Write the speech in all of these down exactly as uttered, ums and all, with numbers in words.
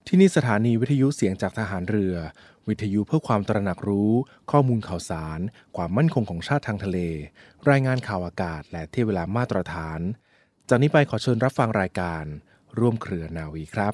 ที่นี่สถานีวิทยุเสียงจากทหารเรือวิทยุเพื่อความตระหนักรู้ข้อมูลข่าวสารความมั่นคงของชาติทางทะเลรายงานข่าวอากาศและเที่ยวเวลามาตรฐานจากนี้ไปขอเชิญรับฟังรายการร่วมเครือนาวีครับ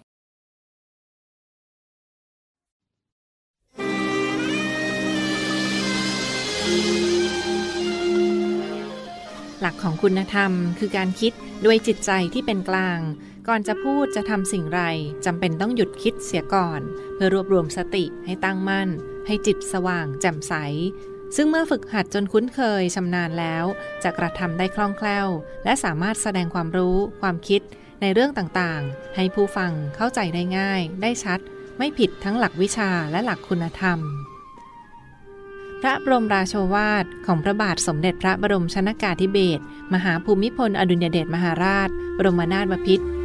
หลักของคุณธรรมคือการคิดด้วยจิตใจที่เป็นกลางก่อนจะพูดจะทำสิ่งไรจำเป็นต้องหยุดคิดเสียก่อนเพื่อรวบรวมสติให้ตั้งมั่นให้จิตสว่างแจ่มใสซึ่งเมื่อฝึกหัดจนคุ้นเคยชำนาญแล้วจะกระทำได้คล่องแคล่วและสามารถแสดงความรู้ความคิดในเรื่องต่างๆให้ผู้ฟังเข้าใจได้ง่ายได้ชัดไม่ผิดทั้งหลักวิชาและหลักคุณธรรมพระบรมราโชวาทของพระบาทสมเด็จพระบรมชนกาธิเบศรมหาภูมิพลอดุลยเดชมหาราชบรมนาถบพิตร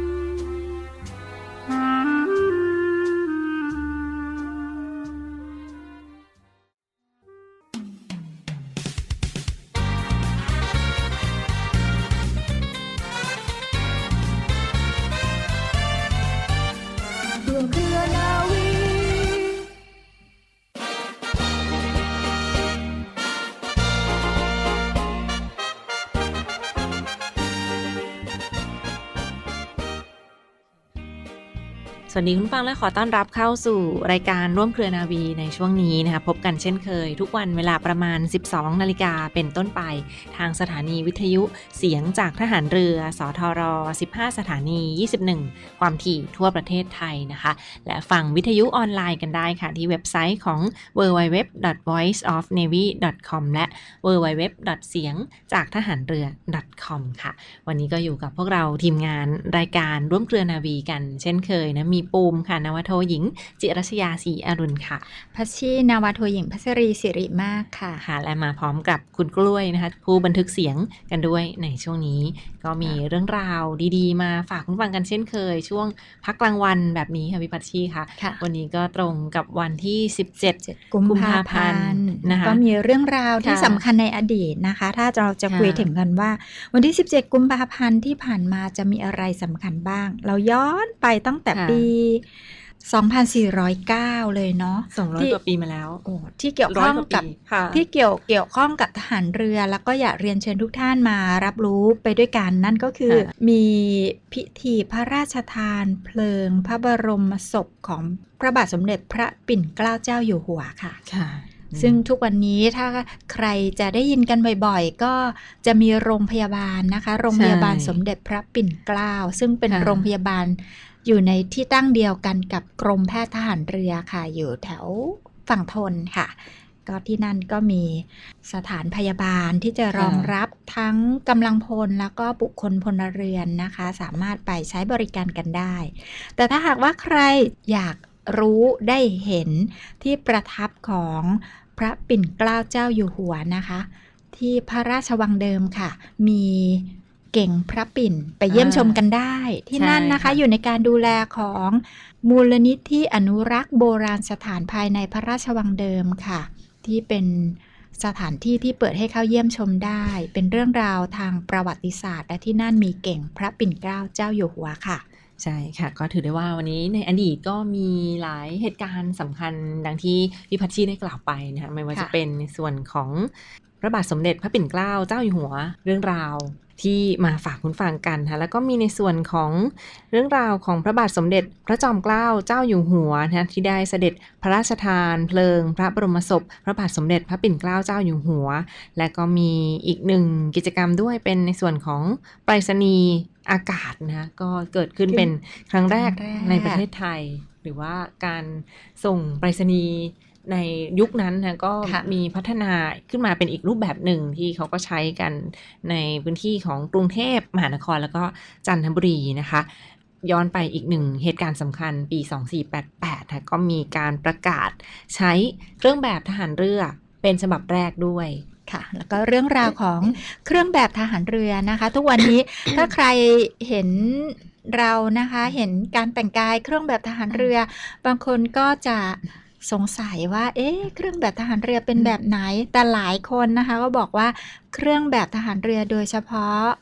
สวัสดีคุณฟังและขอต้อนรับเข้าสู่รายการร่วมเครือนาวีในช่วงนี้นะคะพบกันเช่นเคยทุกวันเวลาประมาณ สิบสองนาฬิกาเป็นต้นไปทางสถานีวิทยุเสียงจากทหารเรือสทรสิบห้าสถานียี่สิบเอ็ดความถี่ทั่วประเทศไทยนะคะและฟังวิทยุออนไลน์กันได้ค่ะที่เว็บไซต์ของ ดับเบิลยู ดับเบิลยู ดับเบิลยู ดอท voice of navy ดอท คอม และ ดับเบิลยู ดับเบิลยู ดับเบิลยู ดอท เสียงจากทหารเรือ ดอท คอม ค่ะวันนี้ก็อยู่กับพวกเราทีมงานรายการร่วมเครือนาวีกันเช่นเคยนะมีปูมค่ะนาวาโทหญิงจิรัชยาศรีอรุณค่ะพัชชีนาวาโทหญิงพัชรีสิริมากค่ะค่ะและมาพร้อมกับคุณกล้วยนะคะผู้บันทึกเสียงกันด้วยในช่วงนี้ก็มีเรื่องราวดีๆมาฝากคุณฟังกันเช่นเคยช่วงพักกลางวันแบบนี้ค่ะพี่พัชชีค่ะวันนี้ก็ตรงกับวันที่สิบเจ็ดกุมภาพันธ์นะคะก็มีเรื่องราวที่สำคัญในอดีตนะคะถ้าเราจะคุยถึงกันว่าวันที่สิบเจ็ดกุมภาพันธ์ที่ผ่านมาจะมีอะไรสำคัญบ้างเราย้อนไปตั้งแต่ปีสองพันสี่ร้อยเก้าเลยเนาะสองร้อยกว่าปีมาแล้วโอ้ที่เกี่ยวข้องกับที่เกี่ยวเกี่ยวข้องกับทหารเรือแล้วก็อยากเรียนเชิญทุกท่านมารับรู้ไปด้วยกันนั่นก็คือมีพิธีพระราชทานเพลิงพระบรมศพของพระบาทสมเด็จพระปิ่นเกล้าเจ้าอยู่หัวค่ะค่ะซึ่งทุกวันนี้ถ้าใครจะได้ยินกันบ่อยๆก็จะมีโรงพยาบาลนะคะโรงพยาบาลสมเด็จพระปิ่นเกล้าซึ่งเป็นโรงพยาบาลอยู่ในที่ตั้งเดียวกันกับกรมแพทย์ทหารเรือค่ะอยู่แถวฝั่งธนค่ะก็ที่นั่นก็มีสถานพยาบาลที่จะรองรับทั้งกำลังพลแล้วก็บุคคลพลเรือนนะคะสามารถไปใช้บริการกันได้แต่ถ้าหากว่าใครอยากรู้ได้เห็นที่ประทับของพระปิ่นเกล้าเจ้าอยู่หัวนะคะที่พระราชวังเดิมค่ะมีเก่งพระปิ่นไปเยี่ยมชมกันได้ที่นั่นนะคะอยู่ในการดูแลของมูลนิธิอนุรักษ์โบราณสถานภายในพระราชวังเดิมค่ะที่เป็นสถานที่ที่เปิดให้เข้าเยี่ยมชมได้เป็นเรื่องราวทางประวัติศาสตร์และที่นั่นมีเก่งพระปิ่นเกล้าเจ้าอยู่หัวค่ะใช่ค่ะก็ถือได้ว่าวันนี้ในอดีตก็มีหลายเหตุการณ์สำคัญดังที่พี่พัชชีได้กล่าวไปนะคะไม่ว่าจะเป็นในส่วนของพระบาทสมเด็จพระปิ่นเกล้าเจ้าอยู่หัวเรื่องราวที่มาฝากคุณฟังกันค่ะแล้วก็มีในส่วนของเรื่องราวของพระบาทสมเด็จพระจอมเกล้าเจ้าอยู่หัวนะที่ได้เสด็จพระราชทานเพลิงพระบรมศพพระบาทสมเด็จพระปิ่นเกล้าเจ้าอยู่หัวและก็มีอีกหนึ่งกิจกรรมด้วยเป็นในส่วนของไปรษณีย์อากาศนะคะก็เกิดขึ้นเป็นครั้งแรกในประเทศไทยหรือว่าการส่งไปรษณีย์ในยุคนั้นนะก็มีพัฒนาขึ้นมาเป็นอีกรูปแบบหนึ่งที่เขาก็ใช้กันในพื้นที่ของกรุงเทพมหานครแล้วก็จันทบุรีนะคะย้อนไปอีกหนึ่งเหตุการณ์สำคัญปีสองพันสี่ร้อยแปดสิบแปดนะก็มีการประกาศใช้เครื่องแบบทหารเรือเป็นฉบับแรกด้วยค่ะแล้วก็เรื่องราวของเครื่องแบบทหารเรือนะคะทุกวันนี้ ถ้าใครเห็นเรานะคะเห็นการแต่งกายเครื่องแบบทหารเรือบางคนก็จะสงสัยว่าเอ๊ะเครื่องแบบทหารเรือเป็นแบบไหนแต่หลายคนนะคะก็บอกว่าเครื่องแบบทหารเรือโดยเฉพาะ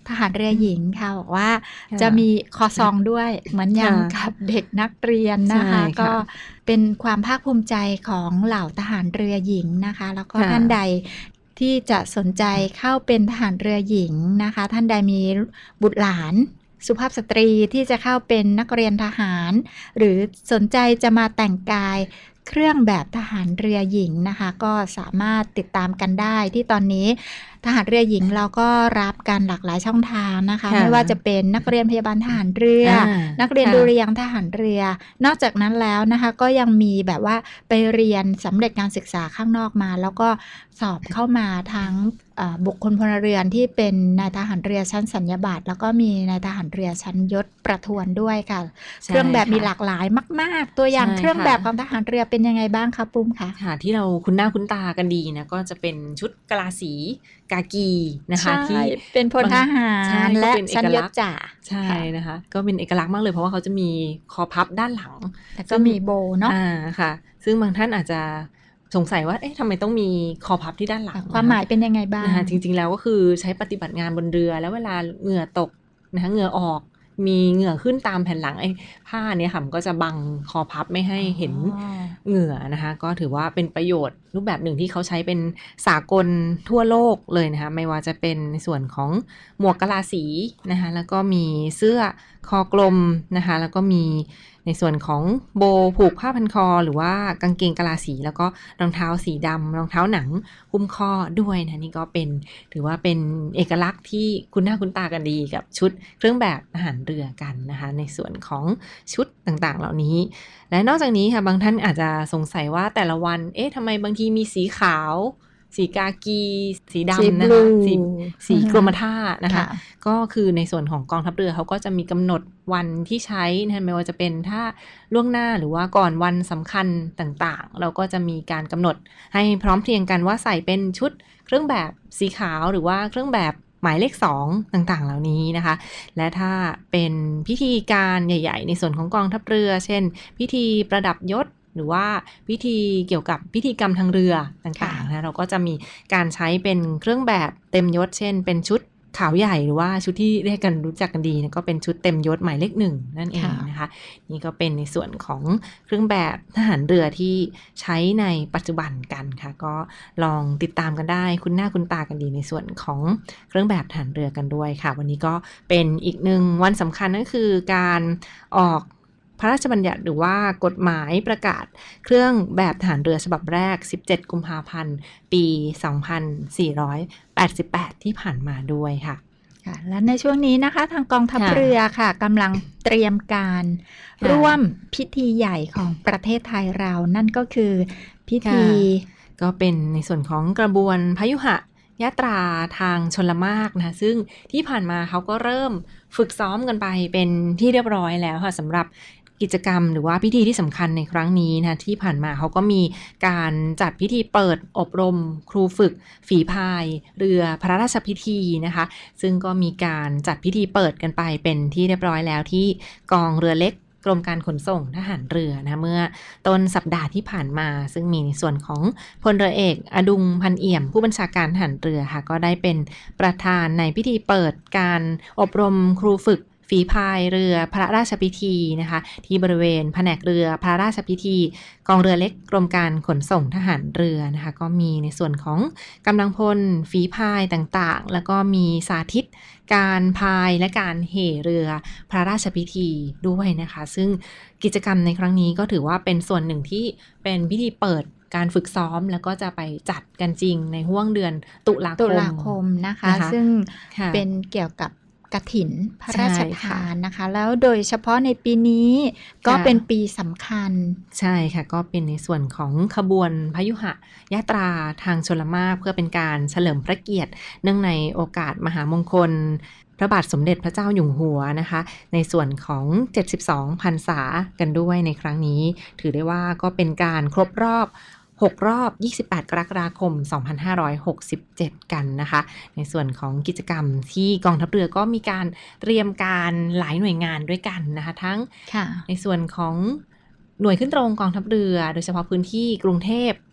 ทหารเรือหญิงค่ะบอกว่าจะมีคอซองด้วยเหมือนอย่างกับเด็กนักเรียนนะคะก็เป็นความภาคภูมิใจของเหล่าทหารเรือหญิงนะคะแล้วก็ท่านใดที่จะสนใจเข้าเป็นทหารเรือหญิงนะคะท่านใดมีบุตรหลานสุภาพสตรีที่จะเข้าเป็นนักเรียนทหารหรือสนใจจะมาแต่งกายเครื่องแบบทหารเรือหญิงนะคะก็สามารถติดตามกันได้ที่ตอนนี้ทหารเรือหญิงเราก็รับการหลากหลายช่องทางนะคะไม่ว่าจะเป็นนักเรียนพยาบาลทหารเรือนักเรียนดุริยางค์ทหารเรือนอกจากนั้นแล้วนะคะก็ยังมีแบบว่าไปเรียนสำเร็จการศึกษาข้างนอกมาแล้วก็สอบเข้ามาทั้งบุคคลพลเรือนที่เป็นนายทหารเรือชั้นสัญญาบัตรแล้วก็มีนายทหารเรือชั้นยศประทวนด้วยค่ะเครื่องแบบมีหลากหลายมากๆตัวอย่างเครื่องแบบของทหารเรือเป็นยังไงบ้างคะปุ้มคะค่ะที่เราคุ้นหน้าคุ้นตากันดีนะก็จะเป็นชุดกะลาสีกากีนะคะที่เป็นพลทหารและชั้นยศจ่าใช่นะคะก็เป็นเอกลักษณ์มากเลยเพราะว่าเขาจะมีคอพับด้านหลังแล้วก็มีโบเนาะอ่าค่ะซึ่งบางท่านอาจจะสงสัยว่าเอ๊ะทำไมต้องมีคอพับที่ด้านหลังความหมายเป็นยังไงบ้างนะคะจริงๆแล้วก็คือใช้ปฏิบัติงานบนเรือแล้วเวลาเหงื่อตกนะคะเหงื่อออกมีเหงื่อขึ้นตามแผ่นหลังไอ้ผ้าเนี่ยค่ะมันก็จะบังคอพับไม่ให้เห็นเหงื่อนะคะก็ถือว่าเป็นประโยชน์รูปแบบหนึ่งที่เขาใช้เป็นสากลทั่วโลกเลยนะคะไม่ว่าจะเป็นในส่วนของหมวกกะลาสีนะคะแล้วก็มีเสื้อคอกลมนะคะแล้วก็มีในส่วนของโบผูกผ้าพันคอหรือว่ากางเกงกะลาสีแล้วก็รองเท้าสีดำรองเท้าหนังหุ้มข้อด้วยนะนี่ก็เป็นถือว่าเป็นเอกลักษณ์ที่คุ้นหน้าคุ้นตากันดีกับชุดเครื่องแบบทหารเรือกันนะคะในส่วนของชุดต่างๆเหล่านี้และนอกจากนี้ค่ะบางท่านอาจจะสงสัยว่าแต่ละวันเอ๊ะทำไมบางทีมีสีขาวสีกากีสีดำนะคะสีสีกรมท่านะคะก็คือในส่วนของกองทัพเรือเขาก็จะมีกำหนดวันที่ใช้นะคะไม่ว่าจะเป็นถ้าล่วงหน้าหรือว่าก่อนวันสำคัญต่างๆเราก็จะมีการกำหนดให้พร้อมเพรียงกันว่าใส่เป็นชุดเครื่องแบบสีขาวหรือว่าเครื่องแบบหมายเลขสองต่างๆเหล่านี้นะคะและถ้าเป็นพิธีการใหญ่ๆในส่วนของกองทัพเรือเช่นพิธีประดับยศหรือว่าพิธีเกี่ยวกับพิธีกรรมทางเรือต่างๆนะเราก็จะมีการใช้เป็นเครื่องแบบเต็มยศเช่นเป็นชุดขาวใหญ่หรือว่าชุดที่เรียกกันรู้จักกันดีนะก็เป็นชุดเต็มยศหมายเลขหนึ่งนั่นเองนะคะนี่ก็เป็นในส่วนของเครื่องแบบทหารเรือที่ใช้ในปัจจุบันกันค่ะก็ลองติดตามกันได้คุ้นหน้าคุ้นตากันดีในส่วนของเครื่องแบบทหารเรือกันด้วยค่ะวันนี้ก็เป็นอีกหนึ่งวันสำคัญนั่นคือการออกพระราชบัญญัติหรือว่ากฎหมายประกาศเครื่องแบบทหารเรือฉบับแรกสิบเจ็ดกุมภาพันธ์ปีสองพันสี่ร้อยแปดสิบแปดที่ผ่านมาด้วยค่ะค่ะและในช่วงนี้นะคะทางกองทัพเรือค่ะกำลังเตรียมการร่วมพิธีใหญ่ของประเทศไทยเรานั่นก็คือพิธีก็เป็นในส่วนของกระบวนพยุหะยาตราทางชลมารนะคะซึ่งที่ผ่านมาเขาก็เริ่มฝึกซ้อมกันไปเป็นที่เรียบร้อยแล้วค่ะสำหรับกิจกรรมหรือว่าพิธีที่สำคัญในครั้งนี้นะที่ผ่านมาเขาก็มีการจัดพิธีเปิดอบรมครูฝึกฝีพายเรือพระราชพิธีนะคะซึ่งก็มีการจัดพิธีเปิดกันไปเป็นที่เรียบร้อยแล้วที่กองเรือเล็กกรมการขนส่งทหารเรือนะเมื่อต้นสัปดาห์ที่ผ่านมาซึ่งมีในส่วนของพลเรือเอกอดุงพันเอี่ยมผู้บัญชาการทหารเรือค่ะก็ได้เป็นประธานในพิธีเปิดการอบรมครูฝึกฝีพายเรือพระราชพิธีนะคะที่บริเวณแผนกเรือพระราชพิธีกองเรือเล็กกรมการขนส่งทหารเรือนะคะก็มีในส่วนของกำลังพลฝีพายต่างๆแล้วก็มีสาธิตการพายและการเหเรือพระราชพิธีด้วยนะคะซึ่งกิจกรรมในครั้งนี้ก็ถือว่าเป็นส่วนหนึ่งที่เป็นพิธีเปิดการฝึกซ้อมแล้วก็จะไปจัดกันจริงในห้วงเดือนตุลาคมตุลาคมนะคะ นะคะซึ่งเป็นเกี่ยวกับกฐินพระราชทานนะคะแล้วโดยเฉพาะในปีนี้ก็เป็นปีสำคัญใช่ค่ะก็เป็นในส่วนของขบวนพยุหะยาตราทางชลมารเพื่อเป็นการเฉลิมพระเกียรติเนื่องในโอกาสมหามงคลพระบาทสมเด็จพระเจ้าอยู่หัวนะคะในส่วนของเจ็ดสิบสองพรรษากันด้วยในครั้งนี้ถือได้ว่าก็เป็นการครบรอบหกรอบยี่สิบแปดกรกฎาคมสองพันห้าร้อยหกสิบเจ็ดกันนะคะในส่วนของกิจกรรมที่กองทัพเรือก็มีการเตรียมการหลายหน่วยงานด้วยกันนะคะทั้งในส่วนของหน่วยขึ้นตรงกองทัพเรือโดยเฉพาะพื้นที่กรุงเทพ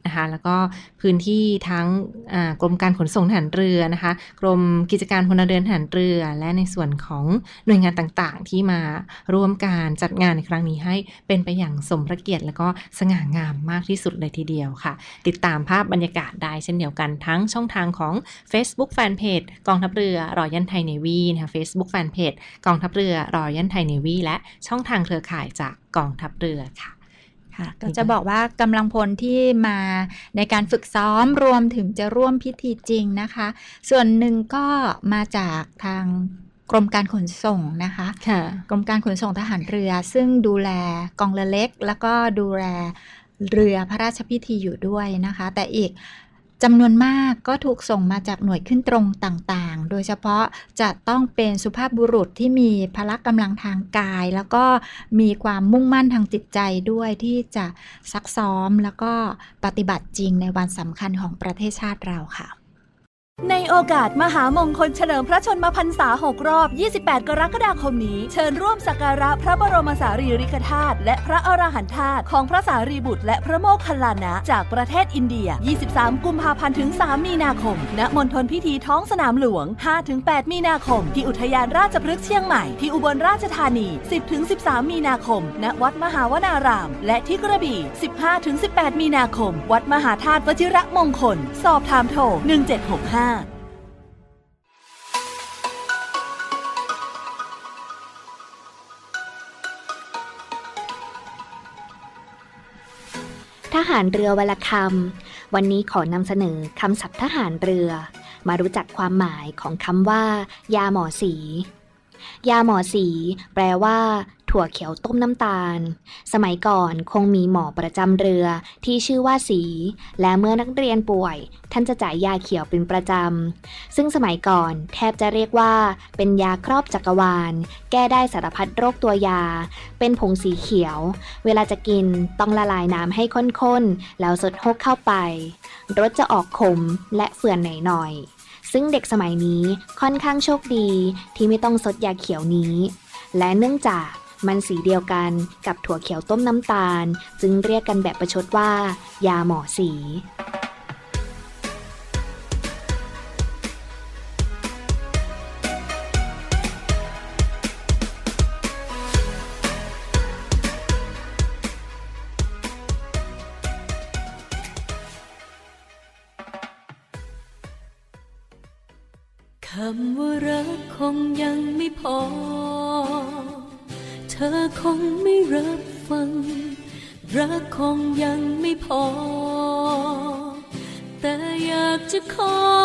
นะคะแล้วก็พื้นที่ทั้งกรมการขนส่งทหารเรือนะคะกรมกิจการพลเรือนทหารเรือและในส่วนของหน่วยงานต่างๆที่มาร่วมการจัดงานในครั้งนี้ให้เป็นไปอย่างสมพระเกียรติและก็สง่างามมากที่สุดเลยทีเดียวค่ะติดตามภาพบรรยากาศได้เช่นเดียวกันทั้งช่องทางของ Facebook Fanpage กองทัพเรือรอยัลไทยเนวีนะคะ Facebook Fanpage กองทัพเรือรอยัลไทยเนวีและช่องทางเครือข่ายจากกองทัพเรือค่ะก็จะบอกว่ากำลังพลที่มาในการฝึกซ้อมรวมถึงจะร่วมพิธีจริงนะคะส่วนหนึ่งก็มาจากทางกรมการขนส่งนะคะกรมการขนส่งทหารเรือซึ่งดูแลกองเรือเล็กแล้วก็ดูแลเรือพระราชพิธีอยู่ด้วยนะคะแต่อีกจำนวนมากก็ถูกส่งมาจากหน่วยขึ้นตรงต่างๆโดยเฉพาะจะต้องเป็นสุภาพบุรุษที่มีพละกำลังทางกายแล้วก็มีความมุ่งมั่นทางจิตใจด้วยที่จะซักซ้อมแล้วก็ปฏิบัติจริงในวันสำคัญของประเทศชาติเราค่ะในโอกาสมหามงคลเฉลิมพระชนมพรรษาหกรอบยี่สิบแปดกรกฎาคมนี้เชิญร่วมสักการะพระบรมสารีริกธาตุและพระอรหันตธาตุของพระสารีบุตรและพระโมคคัลลานะจากประเทศอินเดียยี่สิบสามกุมภาพันธ์ถึงสามมีนาคมณมณฑลพิธีท้องสนามหลวง ห้าถึงแปดมีนาคมที่อุทยานราชพฤกษ์เชียงใหม่ที่อุบลราชธานี สิบถึงสิบสามมีนาคมณวัดมหาวนารามและที่กระบี่ สิบห้าถึงสิบแปดมีนาคมวัดมหาธาตุวชิระมงคลสอบถามโทรหนึ่งเจ็ดหกห้าทหารเรือวลคำวันนี้ขอนำเสนอคำศัพท์ทหารเรือมารู้จักความหมายของคำว่ายาหมอสียาหมอสีแปลว่าถั่วเขียวต้มน้ำตาลสมัยก่อนคงมีหมอประจำเรือที่ชื่อว่าสีและเมื่อนักเรียนป่วยท่านจะจ่ายยาเขียวเป็นประจำซึ่งสมัยก่อนแทบจะเรียกว่าเป็นยาครอบจักรวาลแก้ได้สารพัดโรคตัวยาเป็นผงสีเขียวเวลาจะกินต้องละลายน้ำให้ข้นๆแล้วสดโฮกเข้าไปรสจะออกขมและเฝื่อนหน่อยๆซึ่งเด็กสมัยนี้ค่อนข้างโชคดีที่ไม่ต้องซดยาเขียวนี้และเนื่องจากมันสีเดียวกันกับถั่วเขียวต้มน้ำตาลจึงเรียกกันแบบประชดว่ายาหมอสีคำว่ารักคงยังไม่พอเธอคงไม่รับฟังรักคงยังไม่พอแต่อยากจะข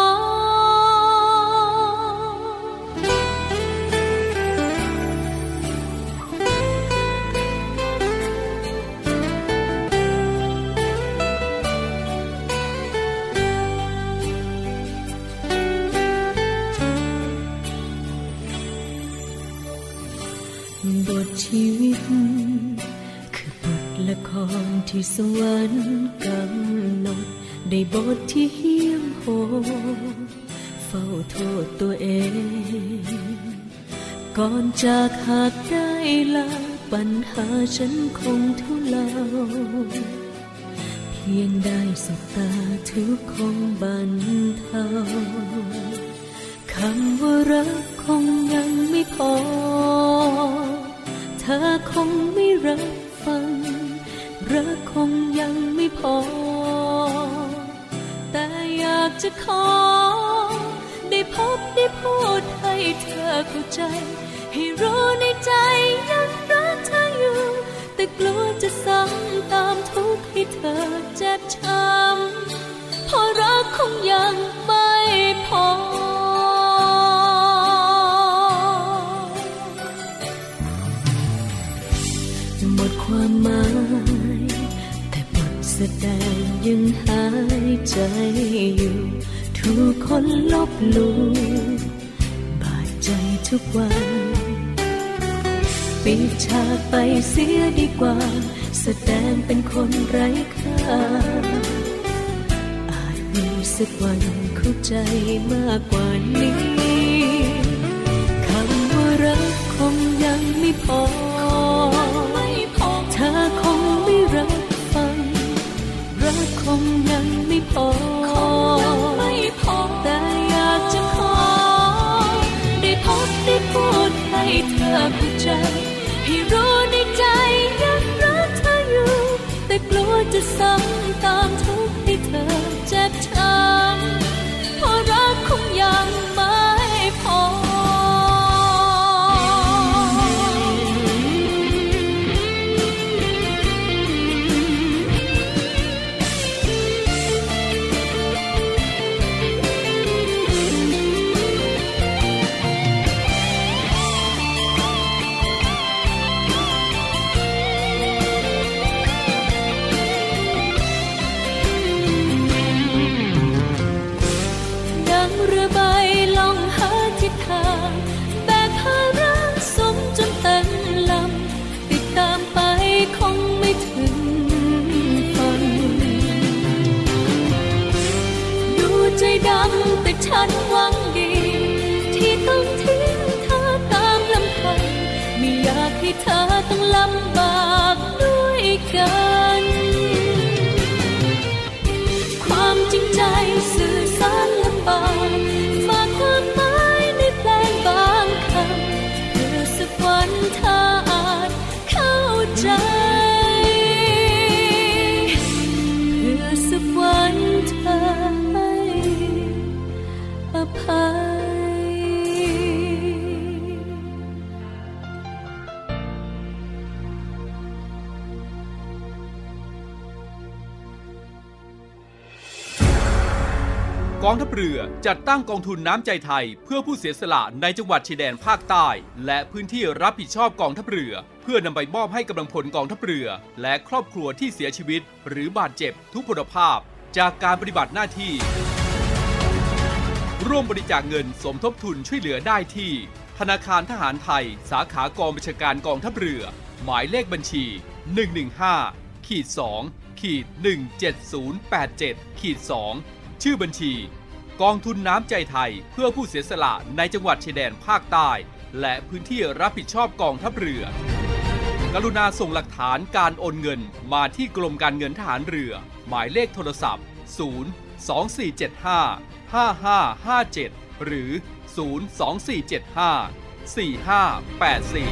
อบทชีวิตคือบทละครที่สวรรค์กำหนดได้บทที่เหี้ยมโหดเฝ้าโทษตัวเองก่อนจากหากได้ลาปัญหาฉันคงทุเลาเพียงได้สบตาทุกข์คงบรรเทาคำว่ารักคงยังไม่พอเธอคงไม่รับฟังรักคงยังไม่พอแต่อยากจะขอได้พบได้พูดให้เธอเข้าใจให้รู้ในใจยังรักเธออยู่แต่กลัวจะซ้ำตามทุกข์ให้เธอเจ็บช้ำเพราะรักคงยังไม่พอหมดความหมายแต่บทแสดงยังหายใจอยู่ทุกคนลบลูบาดใจทุกวันปิดฉากไปเสียดีกว่าแสดงเป็นคนไร้ค่าอาจมีสักวันเข้าใจมากกว่านี้คำว่ารักคงยังไม่พอเธอคงไม่รับฟังรักคงยังกองทัพเรือจัดตั้งกองทุนน้ำใจไทยเพื่อผู้เสียสละในจังหวัดชายแดนภาคใต้และพื้นที่รับผิดชอบกองทัพเรือเพื่อนำไปมอบให้กำลังพลกองทัพเรือและครอบครัวที่เสียชีวิตหรือบาดเจ็บทุพพลภาพจากการปฏิบัติหน้าที่ร่วมบริจาคเงินสมทบทุนช่วยเหลือได้ที่ธนาคารทหารไทยสาขากองบัญชาการกองทัพเรือหมายเลขบัญชี หนึ่ง หนึ่ง ห้า สอง หนึ่ง เจ็ด ศูนย์ แปด เจ็ด สอง ชื่อบัญชีกองทุนน้ำใจไทยเพื่อผู้เสียสละในจังหวัดชายแดนภาคใต้และพื้นที่รับผิดชอบกองทัพเรือกรุณาส่งหลักฐานการโอนเงินมาที่กรมการเงินทหารเรือหมายเลขโทรศัพท์ ศูนย์ สอง สี่ เจ็ด ห้า ห้า ห้า ห้า เจ็ด หรือ ศูนย์ สอง สี่ เจ็ด ห้า สี่ ห้า แปด สี่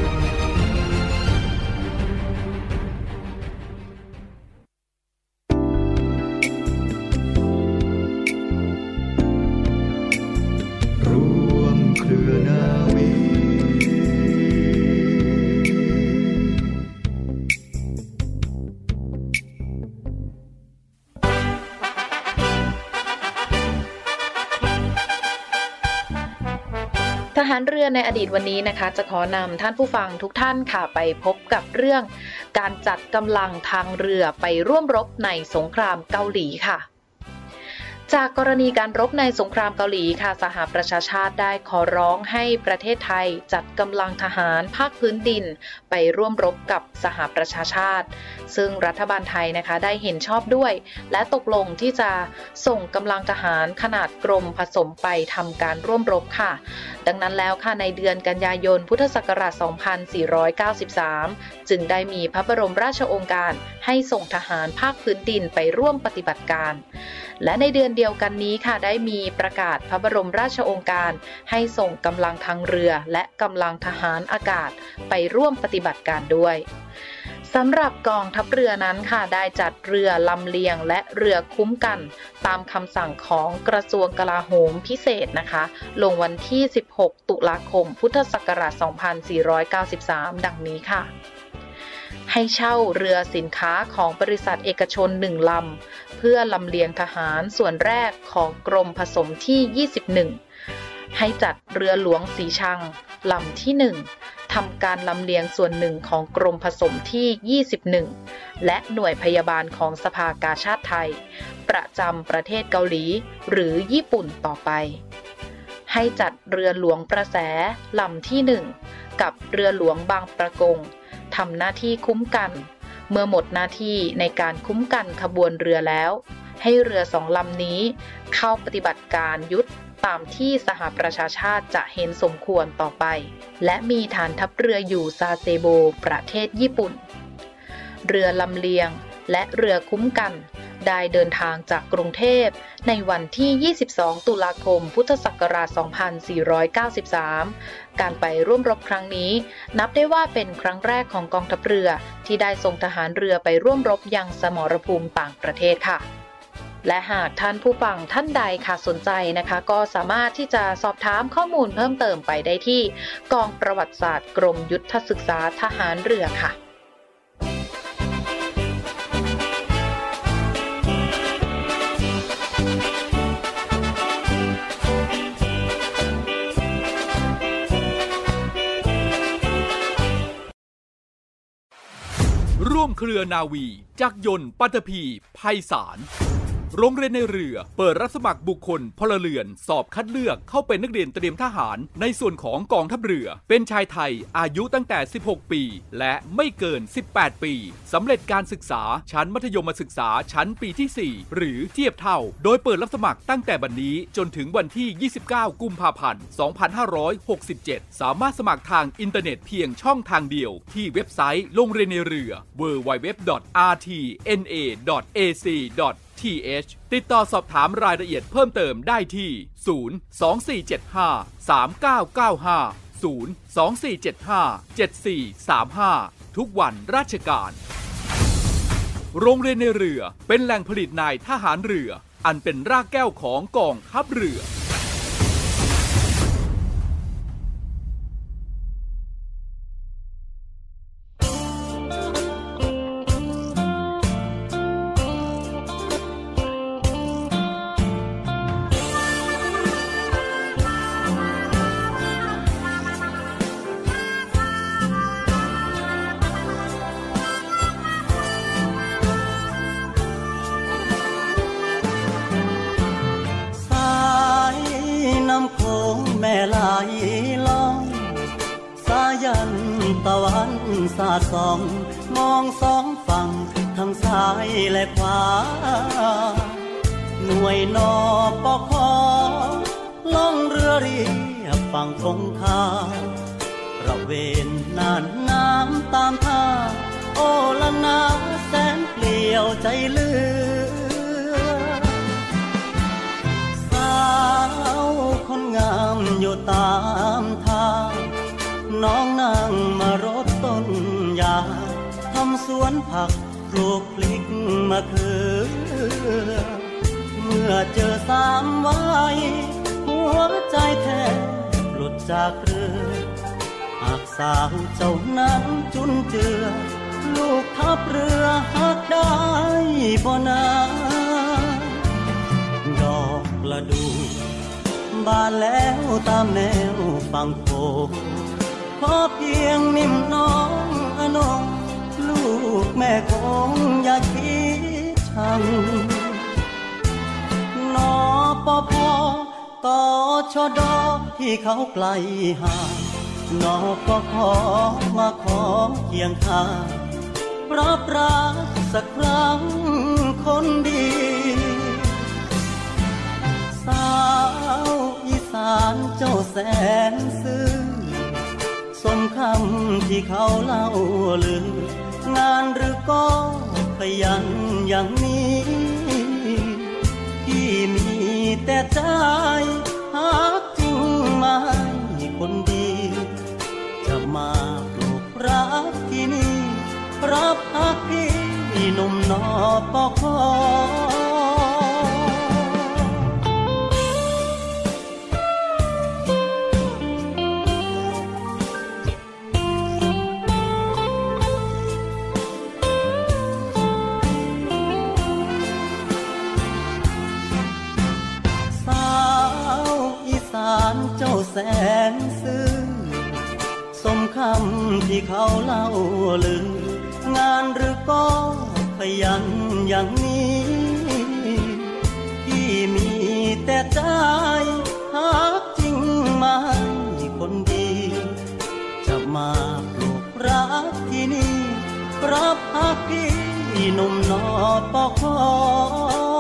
ทหารเรือในอดีตวันนี้นะคะจะขอนำท่านผู้ฟังทุกท่านค่ะไปพบกับเรื่องการจัดกำลังทางเรือไปร่วมรบในสงครามเกาหลีค่ะจากกรณีการรบในสงครามเกาหลีค่ะสหประชาชาติได้ขอร้องให้ประเทศไทยจัดกำลังทหารภาคพื้นดินไปร่วมรบกับสหประชาชาติซึ่งรัฐบาลไทยนะคะได้เห็นชอบด้วยและตกลงที่จะส่งกำลังทหารขนาดกรมผสมไปทำการร่วมรบค่ะดังนั้นแล้วค่ะในเดือนกันยายนพุทธศักราช สองพันสี่ร้อยเก้าสิบสาม จึงได้มีพระบรมราชโองการให้ส่งทหารภาคพื้นดินไปร่วมปฏิบัติการและในเดือนเดียวกันนี้ค่ะได้มีประกาศพระบรมราชโองการให้ส่งกำลังทางเรือและกำลังทหารอากาศไปร่วมปฏิบัติการด้วยสำหรับกองทัพเรือนั้นค่ะได้จัดเรือลำเลียงและเรือคุ้มกันตามคำสั่งของกระทรวงกลาโหมพิเศษนะคะลงวันที่สิบหกตุลาคมพุทธศักราช สองพันสี่ร้อยเก้าสิบสาม ดังนี้ค่ะให้เช่าเรือสินค้าของบริษัทเอกชนหนึ่งลำเพื่อลำเลียงทหารส่วนแรกของกรมผสมที่ยี่สิบเอ็ดให้จัดเรือหลวงสีชังลำที่หนึ่งทำการลำเลียงส่วนหนึ่งของกรมผสมที่ยี่สิบเอ็ดและหน่วยพยาบาลของสภากาชาดไทยประจำประเทศเกาหลีหรือญี่ปุ่นต่อไปให้จัดเรือหลวงประแสลำที่หนึ่งกับเรือหลวงบางประกงทำหน้าที่คุ้มกันเมื่อหมดหน้าที่ในการคุ้มกันขบวนเรือแล้วให้เรือสองลำนี้เข้าปฏิบัติการยุทธตามที่สหประชาชาติจะเห็นสมควรต่อไปและมีฐานทัพเรืออยู่ซาเซโบประเทศญี่ปุ่นเรือลำเลียงและเรือคุ้มกันได้เดินทางจากกรุงเทพในวันที่ยี่สิบสองตุลาคมพุทธศักราช สองพันสี่ร้อยเก้าสิบสาม การไปร่วมรบครั้งนี้นับได้ว่าเป็นครั้งแรกของกองทัพเรือที่ได้ส่งทหารเรือไปร่วมรบยังสมรภูมิต่างประเทศค่ะและหากท่านผู้ฟังท่านใดค่ะสนใจนะคะก็สามารถที่จะสอบถามข้อมูลเพิ่มเติมไปได้ที่กองประวัติศาสตร์กรมยุทธศึกษาทหารเรือค่ะร่วมเครือนาวีจักรยนต์ปัตภีไพศาลโรงเรียนในเรือเปิดรับสมัครบุคคลพลเรือนสอบคัดเลือกเข้าเป็นนักเรียนเตรียมทหารในส่วนของกองทัพเรือเป็นชายไทยอายุตั้งแต่สิบหกปีและไม่เกินสิบแปดปีสำเร็จการศึกษาชั้นมัธยมศึกษาชั้นปีที่สี่หรือเทียบเท่าโดยเปิดรับสมัครตั้งแต่บัดนี้จนถึงวันที่ยี่สิบเก้ากุมภาพันธ์สองพันห้าร้อยหกสิบเจ็ดสามารถสมัครทางอินเทอร์เน็ตเพียงช่องทางเดียวที่เว็บไซต์โรงเรียนในเรือ ดับเบิลยู ดับเบิลยู ดับเบิลยู ดอท อาร์ ที เอ็น เอ ดอท เอ ซี ดอท ที เอช ติดต่อสอบถามรายละเอียดเพิ่มเติมได้ที่ ศูนย์ สอง สี่ เจ็ด ห้า สาม เก้า เก้า ห้า ศูนย์ สอง สี่ เจ็ด ห้า เจ็ด สี่ สาม ห้า ทุกวันราชการโรงเรียนในเรือเป็นแหล่งผลิตนายทหารเรืออันเป็นรากแก้วของกองทัพเรือตะวันสาดส่องมองสองฝั่งทั้งซ้ายและขวาหน่วยนอปคล่องเรือเรียบฝั่งคงคาระเวนน่านน้ำตามท่าโอละนาแสนเปลี่ยวใจเลือสาวคนงามอยู่ตามทางน้องนั่งมารดต้นยาทำสวนผักปลูกพลิกมะเขือเมื่อเจอสามวัยหัวใจแทบหลุดจากเรือหากสาวเจ้านั้นจุนเจือลูกทับเรือหักได้บ่นาดอกประดู่บานแล้วตามแนวฝั่งโขงขอเพียงนิ่มน้องอนงลูกแม่คงอย่าคิดชังนอปพต่อชดที่เขาไกลห่างนอปขอมาขอเคียงข้างรับรักสักครั้งคนดีสาวอีสานเจ้าแสนซื่อสมคำที่เขาเล่าลืองานหรือก็ขยันอย่างนี้ที่มีแต่ใจหากจริงไม่คนดีจะมาปลูกรักที่นี่รับฮักพี่หนุ่มนอปคเจ้าแสนซื่อสมคำที่เขาเล่าลืองานหรือก็ขยันอย่างนี้ที่มีแต่ใจหากจริงไม่คนดีจะมาปลูกรักที่นี่รับฮักพี่หนุ่มนอปค